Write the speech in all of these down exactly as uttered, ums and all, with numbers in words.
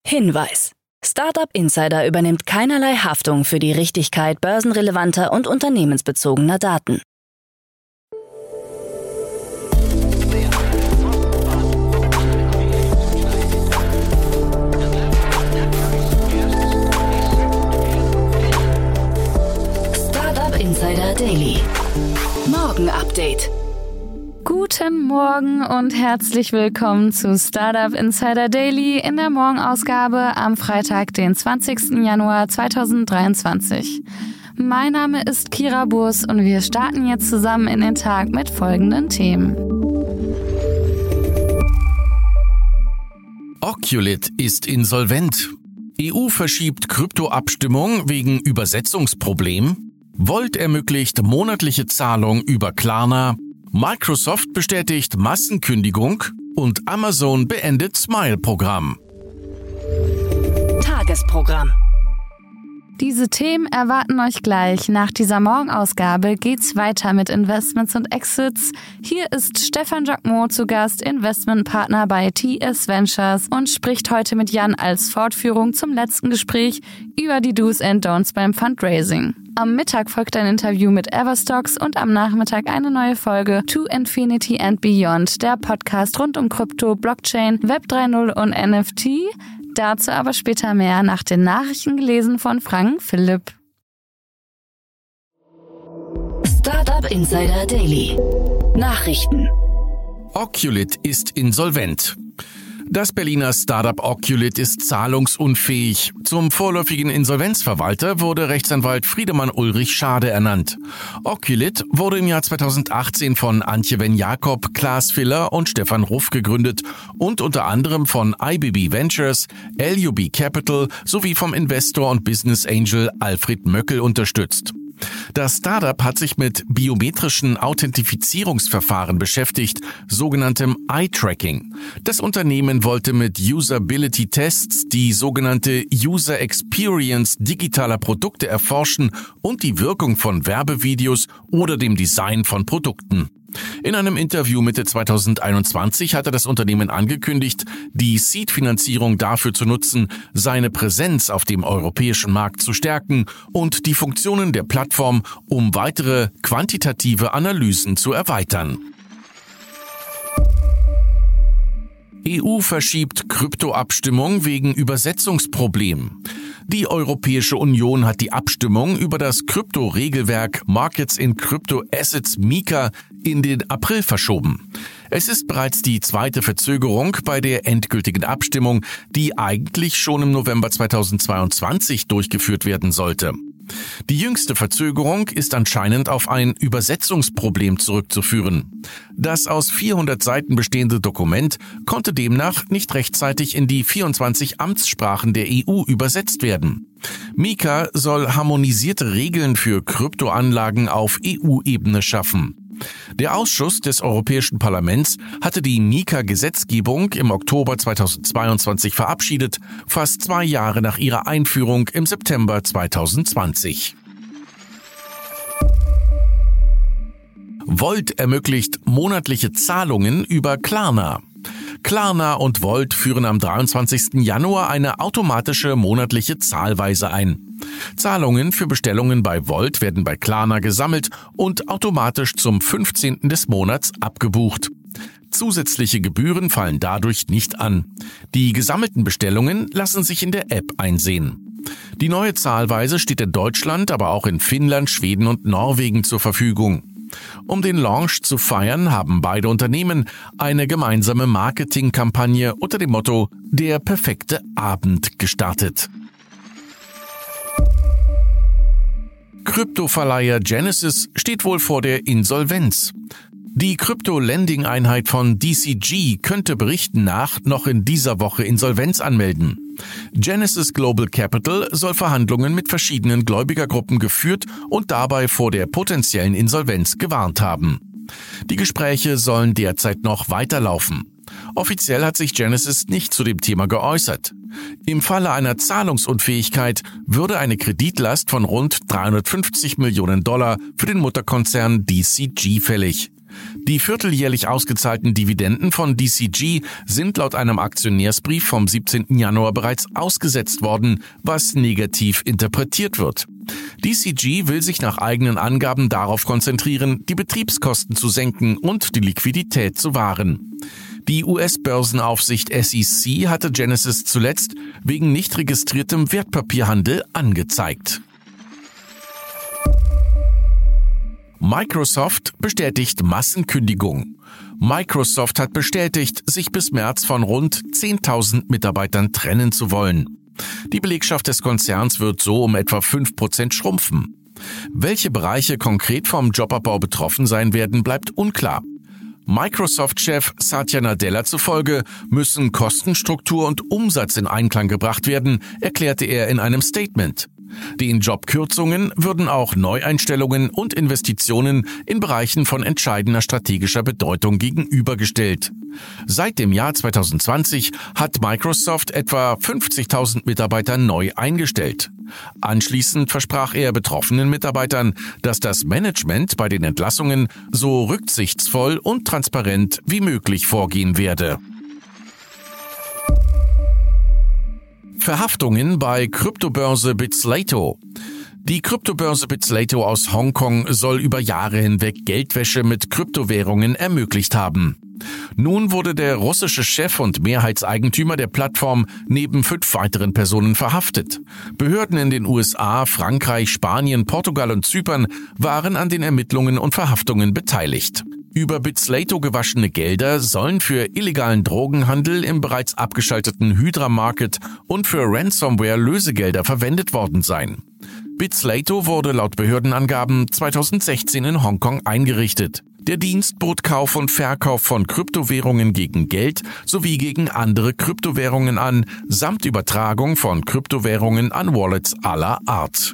Hinweis: Startup Insider übernimmt keinerlei Haftung für die Richtigkeit börsenrelevanter und unternehmensbezogener Daten. Startup Insider Daily. Morgen Update. Guten Morgen und herzlich willkommen zu Startup Insider Daily in der Morgenausgabe am Freitag, den zwanzigsten Januar zweitausenddreiundzwanzig. Mein Name ist Kira Burs und wir starten jetzt zusammen in den Tag mit folgenden Themen. Oculit ist insolvent. E U verschiebt Kryptoabstimmung wegen Übersetzungsproblem. Volt ermöglicht monatliche Zahlung über Klarna. Microsoft bestätigt Massenkündigung und Amazon beendet Smile-Programm. Tagesprogramm. Diese Themen erwarten euch gleich. Nach dieser Morgenausgabe geht's weiter mit Investments und Exits. Hier ist Stefan Jacquemot zu Gast, Investmentpartner bei T S Ventures, und spricht heute mit Jan als Fortführung zum letzten Gespräch über die Do's and Don'ts beim Fundraising. Am Mittag folgt ein Interview mit Everstocks und am Nachmittag eine neue Folge To Infinity and Beyond, der Podcast rund um Krypto, Blockchain, Web drei Punkt null und N F T. Dazu aber später mehr, nach den Nachrichten gelesen von Frank Philipp. Startup Insider Daily. Nachrichten. Oculit ist insolvent. Das Berliner Startup Oculit ist zahlungsunfähig. Zum vorläufigen Insolvenzverwalter wurde Rechtsanwalt Friedemann Ulrich Schade ernannt. Oculit wurde im Jahr zweitausendachtzehn von Antje Wen-Jakob, Klaas Filler und Stefan Ruff gegründet und unter anderem von I B B Ventures, L U B Capital sowie vom Investor und Business Angel Alfred Möckel unterstützt. Das Startup hat sich mit biometrischen Authentifizierungsverfahren beschäftigt, sogenanntem Eye-Tracking. Das Unternehmen wollte mit Usability-Tests die sogenannte User Experience digitaler Produkte erforschen und die Wirkung von Werbevideos oder dem Design von Produkten. In einem Interview Mitte zweitausendeinundzwanzig hatte das Unternehmen angekündigt, die Seed-Finanzierung dafür zu nutzen, seine Präsenz auf dem europäischen Markt zu stärken und die Funktionen der Plattform um weitere quantitative Analysen zu erweitern. E U verschiebt Kryptoabstimmung wegen Übersetzungsproblem. Die Europäische Union hat die Abstimmung über das Krypto-Regelwerk Markets in Crypto Assets MiCA in den April verschoben. Es ist bereits die zweite Verzögerung bei der endgültigen Abstimmung, die eigentlich schon im November zweitausendzweiundzwanzig durchgeführt werden sollte. Die jüngste Verzögerung ist anscheinend auf ein Übersetzungsproblem zurückzuführen. Das aus vierhundert Seiten bestehende Dokument konnte demnach nicht rechtzeitig in die vierundzwanzig Amtssprachen der E U übersetzt werden. MiCA soll harmonisierte Regeln für Kryptoanlagen auf E U-Ebene schaffen. Der Ausschuss des Europäischen Parlaments hatte die MiCA-Gesetzgebung im Oktober zweitausendzweiundzwanzig verabschiedet, fast zwei Jahre nach ihrer Einführung im September zweitausendzwanzig. Volt ermöglicht monatliche Zahlungen über Klarna. Klarna und Volt führen am dreiundzwanzigsten Januar eine automatische monatliche Zahlweise ein. Zahlungen für Bestellungen bei Volt werden bei Klarna gesammelt und automatisch zum fünfzehnten des Monats abgebucht. Zusätzliche Gebühren fallen dadurch nicht an. Die gesammelten Bestellungen lassen sich in der App einsehen. Die neue Zahlweise steht in Deutschland, aber auch in Finnland, Schweden und Norwegen zur Verfügung. Um den Launch zu feiern, haben beide Unternehmen eine gemeinsame Marketingkampagne unter dem Motto »Der perfekte Abend« gestartet. Kryptoverleiher Genesis steht wohl vor der Insolvenz. Die Krypto-Lending-Einheit von D C G könnte Berichten nach noch in dieser Woche Insolvenz anmelden. Genesis Global Capital soll Verhandlungen mit verschiedenen Gläubigergruppen geführt und dabei vor der potenziellen Insolvenz gewarnt haben. Die Gespräche sollen derzeit noch weiterlaufen. Offiziell hat sich Genesis nicht zu dem Thema geäußert. Im Falle einer Zahlungsunfähigkeit würde eine Kreditlast von rund dreihundertfünfzig Millionen Dollar für den Mutterkonzern D C G fällig. Die vierteljährlich ausgezahlten Dividenden von D C G sind laut einem Aktionärsbrief vom siebzehnten Januar bereits ausgesetzt worden, was negativ interpretiert wird. D C G will sich nach eigenen Angaben darauf konzentrieren, die Betriebskosten zu senken und die Liquidität zu wahren. Die U S-Börsenaufsicht S E C hatte Genesis zuletzt wegen nicht registriertem Wertpapierhandel angezeigt. Microsoft bestätigt Massenkündigung. Microsoft hat bestätigt, sich bis März von rund zehntausend Mitarbeitern trennen zu wollen. Die Belegschaft des Konzerns wird so um etwa fünf Prozent schrumpfen. Welche Bereiche konkret vom Jobabbau betroffen sein werden, bleibt unklar. Microsoft-Chef Satya Nadella zufolge müssen Kostenstruktur und Umsatz in Einklang gebracht werden, erklärte er in einem Statement. Den Jobkürzungen würden auch Neueinstellungen und Investitionen in Bereichen von entscheidender strategischer Bedeutung gegenübergestellt. Seit dem Jahr zwanzig zwanzig hat Microsoft etwa fünfzigtausend Mitarbeiter neu eingestellt. Anschließend versprach er betroffenen Mitarbeitern, dass das Management bei den Entlassungen so rücksichtsvoll und transparent wie möglich vorgehen werde. Verhaftungen bei Kryptobörse Bitslato. Die Kryptobörse Bitslato aus Hongkong soll über Jahre hinweg Geldwäsche mit Kryptowährungen ermöglicht haben. Nun wurde der russische Chef und Mehrheitseigentümer der Plattform neben fünf weiteren Personen verhaftet. Behörden in den U S A, Frankreich, Spanien, Portugal und Zypern waren an den Ermittlungen und Verhaftungen beteiligt. Über Bitslato gewaschene Gelder sollen für illegalen Drogenhandel im bereits abgeschalteten Hydra Market und für Ransomware-Lösegelder verwendet worden sein. Bitslato wurde laut Behördenangaben zwanzig sechzehn in Hongkong eingerichtet. Der Dienst bot Kauf und Verkauf von Kryptowährungen gegen Geld sowie gegen andere Kryptowährungen an, samt Übertragung von Kryptowährungen an Wallets aller Art.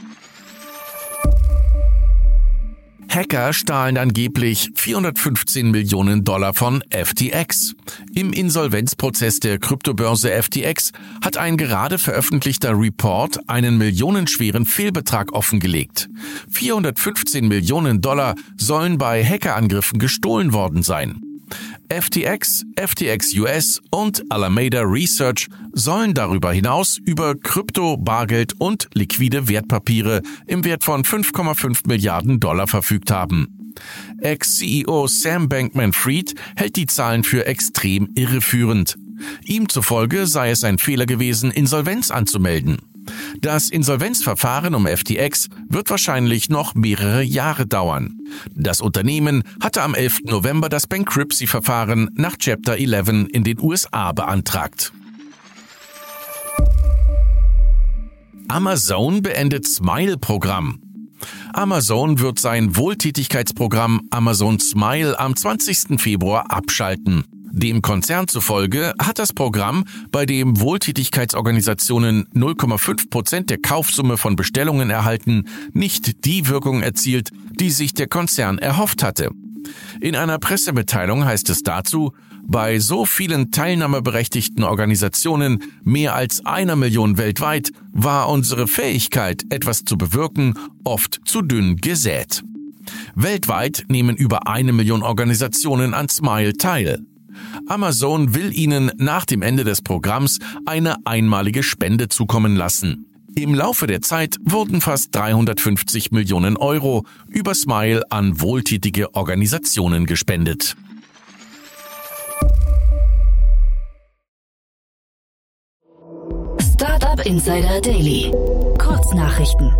Hacker stahlen angeblich vierhundertfünfzehn Millionen Dollar von F T X. Im Insolvenzprozess der Kryptobörse F T X hat ein gerade veröffentlichter Report einen millionenschweren Fehlbetrag offengelegt. vierhundertfünfzehn Millionen Dollar sollen bei Hackerangriffen gestohlen worden sein. F T X, F T X U S und Alameda Research sollen darüber hinaus über Krypto, Bargeld und liquide Wertpapiere im Wert von fünf Komma fünf Milliarden Dollar verfügt haben. Ex-C E O Sam Bankman-Fried hält die Zahlen für extrem irreführend. Ihm zufolge sei es ein Fehler gewesen, Insolvenz anzumelden. Das Insolvenzverfahren um F T X wird wahrscheinlich noch mehrere Jahre dauern. Das Unternehmen hatte am elften November das Bankruptcy-Verfahren nach Chapter elf in den U S A beantragt. Amazon beendet Smile-Programm. Amazon wird sein Wohltätigkeitsprogramm Amazon Smile am zwanzigsten Februar abschalten. Dem Konzern zufolge hat das Programm, bei dem Wohltätigkeitsorganisationen null Komma fünf Prozent der Kaufsumme von Bestellungen erhalten, nicht die Wirkung erzielt, die sich der Konzern erhofft hatte. In einer Pressemitteilung heißt es dazu, bei so vielen teilnahmeberechtigten Organisationen, mehr als einer Million weltweit, war unsere Fähigkeit, etwas zu bewirken, oft zu dünn gesät. Weltweit nehmen über eine Million Organisationen an Smile teil. Amazon will ihnen nach dem Ende des Programms eine einmalige Spende zukommen lassen. Im Laufe der Zeit wurden fast dreihundertfünfzig Millionen Euro über Smile an wohltätige Organisationen gespendet. Startup Insider Daily. Kurznachrichten.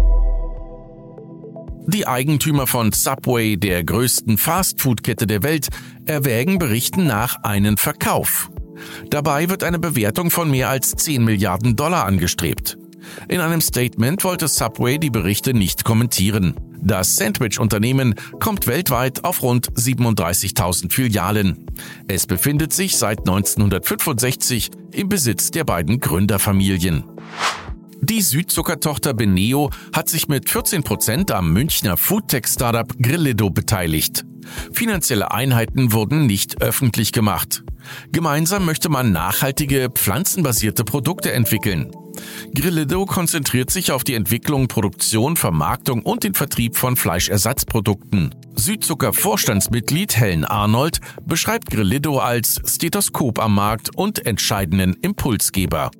Die Eigentümer von Subway, der größten Fastfood-Kette der Welt, erwägen Berichten nach einen Verkauf. Dabei wird eine Bewertung von mehr als zehn Milliarden Dollar angestrebt. In einem Statement wollte Subway die Berichte nicht kommentieren. Das Sandwich-Unternehmen kommt weltweit auf rund siebenunddreißigtausend Filialen. Es befindet sich seit neunzehnhundertfünfundsechzig im Besitz der beiden Gründerfamilien. Die Südzuckertochter Beneo hat sich mit vierzehn Prozent am Münchner Foodtech-Startup Grillido beteiligt. Finanzielle Einheiten wurden nicht öffentlich gemacht. Gemeinsam möchte man nachhaltige, pflanzenbasierte Produkte entwickeln. Grillido konzentriert sich auf die Entwicklung, Produktion, Vermarktung und den Vertrieb von Fleischersatzprodukten. Südzucker-Vorstandsmitglied Helen Arnold beschreibt Grillido als Stethoskop am Markt und entscheidenden Impulsgeber.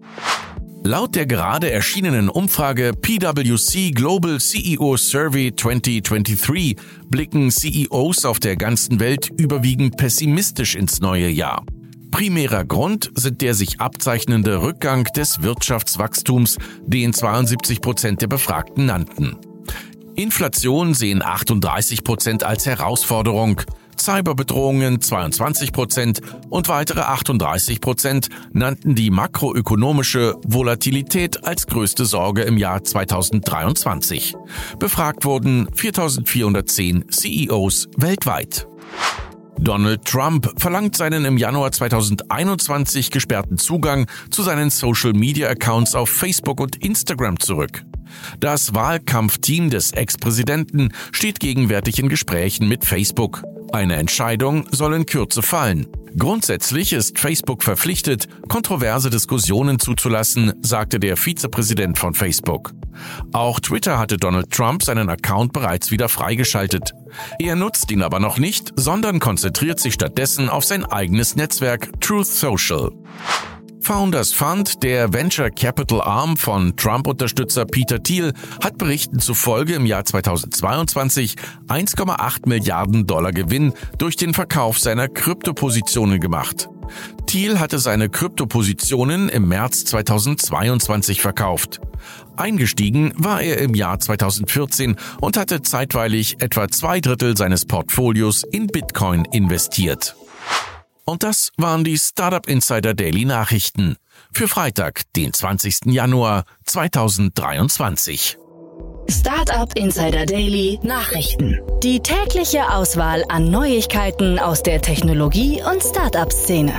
Laut der gerade erschienenen Umfrage P W C Global C E O Survey zwanzig dreiundzwanzig blicken C E Os auf der ganzen Welt überwiegend pessimistisch ins neue Jahr. Primärer Grund sind der sich abzeichnende Rückgang des Wirtschaftswachstums, den zweiundsiebzig Prozent der Befragten nannten. Inflation sehen achtunddreißig Prozent als Herausforderung, Cyberbedrohungen zweiundzwanzig Prozent und weitere achtunddreißig Prozent nannten die makroökonomische Volatilität als größte Sorge im Jahr zweitausenddreiundzwanzig. Befragt wurden viertausendvierhundertzehn C E Os weltweit. Donald Trump verlangt seinen im Januar zweitausendeinundzwanzig gesperrten Zugang zu seinen Social-Media-Accounts auf Facebook und Instagram zurück. Das Wahlkampfteam des Ex-Präsidenten steht gegenwärtig in Gesprächen mit Facebook. Eine Entscheidung soll in Kürze fallen. Grundsätzlich ist Facebook verpflichtet, kontroverse Diskussionen zuzulassen, sagte der Vizepräsident von Facebook. Auch Twitter hatte Donald Trump seinen Account bereits wieder freigeschaltet. Er nutzt ihn aber noch nicht, sondern konzentriert sich stattdessen auf sein eigenes Netzwerk Truth Social. Founders Fund, der Venture Capital Arm von Trump-Unterstützer Peter Thiel, hat Berichten zufolge im Jahr zweitausendzweiundzwanzig eins Komma acht Milliarden Dollar Gewinn durch den Verkauf seiner Kryptopositionen gemacht. Thiel hatte seine Kryptopositionen im März zweitausendzweiundzwanzig verkauft. Eingestiegen war er im Jahr zweitausendvierzehn und hatte zeitweilig etwa zwei Drittel seines Portfolios in Bitcoin investiert. Und das waren die Startup Insider Daily Nachrichten für Freitag, den zwanzigsten Januar zweitausenddreiundzwanzig. Startup Insider Daily Nachrichten. Die tägliche Auswahl an Neuigkeiten aus der Technologie- und Startup-Szene.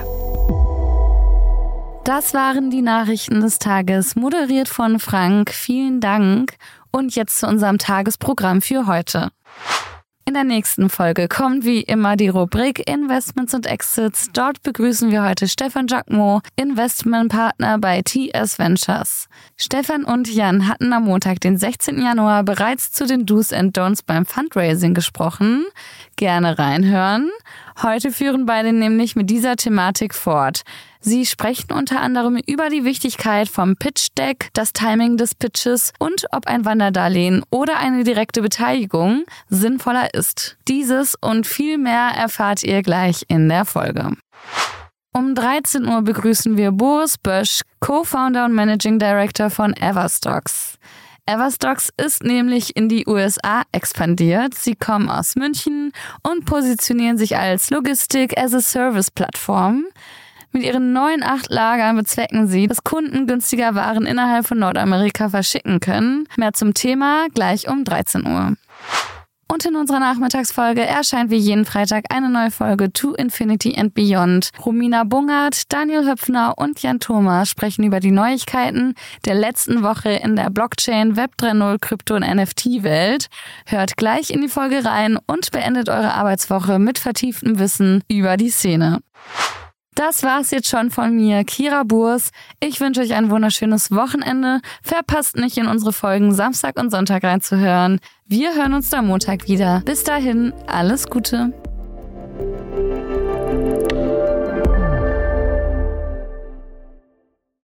Das waren die Nachrichten des Tages, moderiert von Frank. Vielen Dank. Und jetzt zu unserem Tagesprogramm für heute. In der nächsten Folge kommt wie immer die Rubrik Investments und Exits. Dort begrüßen wir heute Stefan Jacquemot, Investmentpartner bei T S Ventures. Stefan und Jan hatten am Montag, den sechzehnten Januar, bereits zu den Do's and Don'ts beim Fundraising gesprochen. Gerne reinhören. Heute führen beide nämlich mit dieser Thematik fort. Sie sprechen unter anderem über die Wichtigkeit vom Pitch-Deck, das Timing des Pitches und ob ein Wanderdarlehen oder eine direkte Beteiligung sinnvoller ist. Dieses und viel mehr erfahrt ihr gleich in der Folge. Um dreizehn Uhr begrüßen wir Boris Bösch, Co-Founder und Managing Director von Everstocks. Everstocks ist nämlich in die U S A expandiert. Sie kommen aus München und positionieren sich als Logistik-as-a-Service-Plattform. Mit ihren neuen acht Lagern bezwecken sie, dass Kunden günstiger Waren innerhalb von Nordamerika verschicken können. Mehr zum Thema gleich um dreizehn Uhr. Und in unserer Nachmittagsfolge erscheint wie jeden Freitag eine neue Folge To Infinity and Beyond. Romina Bungert, Daniel Höpfner und Jan Thoma sprechen über die Neuigkeiten der letzten Woche in der Blockchain, Web drei Punkt null, Krypto- und N F T-Welt. Hört gleich in die Folge rein und beendet eure Arbeitswoche mit vertieftem Wissen über die Szene. Das war's jetzt schon von mir, Kira Burs. Ich wünsche euch ein wunderschönes Wochenende. Verpasst nicht, in unsere Folgen Samstag und Sonntag reinzuhören. Wir hören uns am Montag wieder. Bis dahin, alles Gute.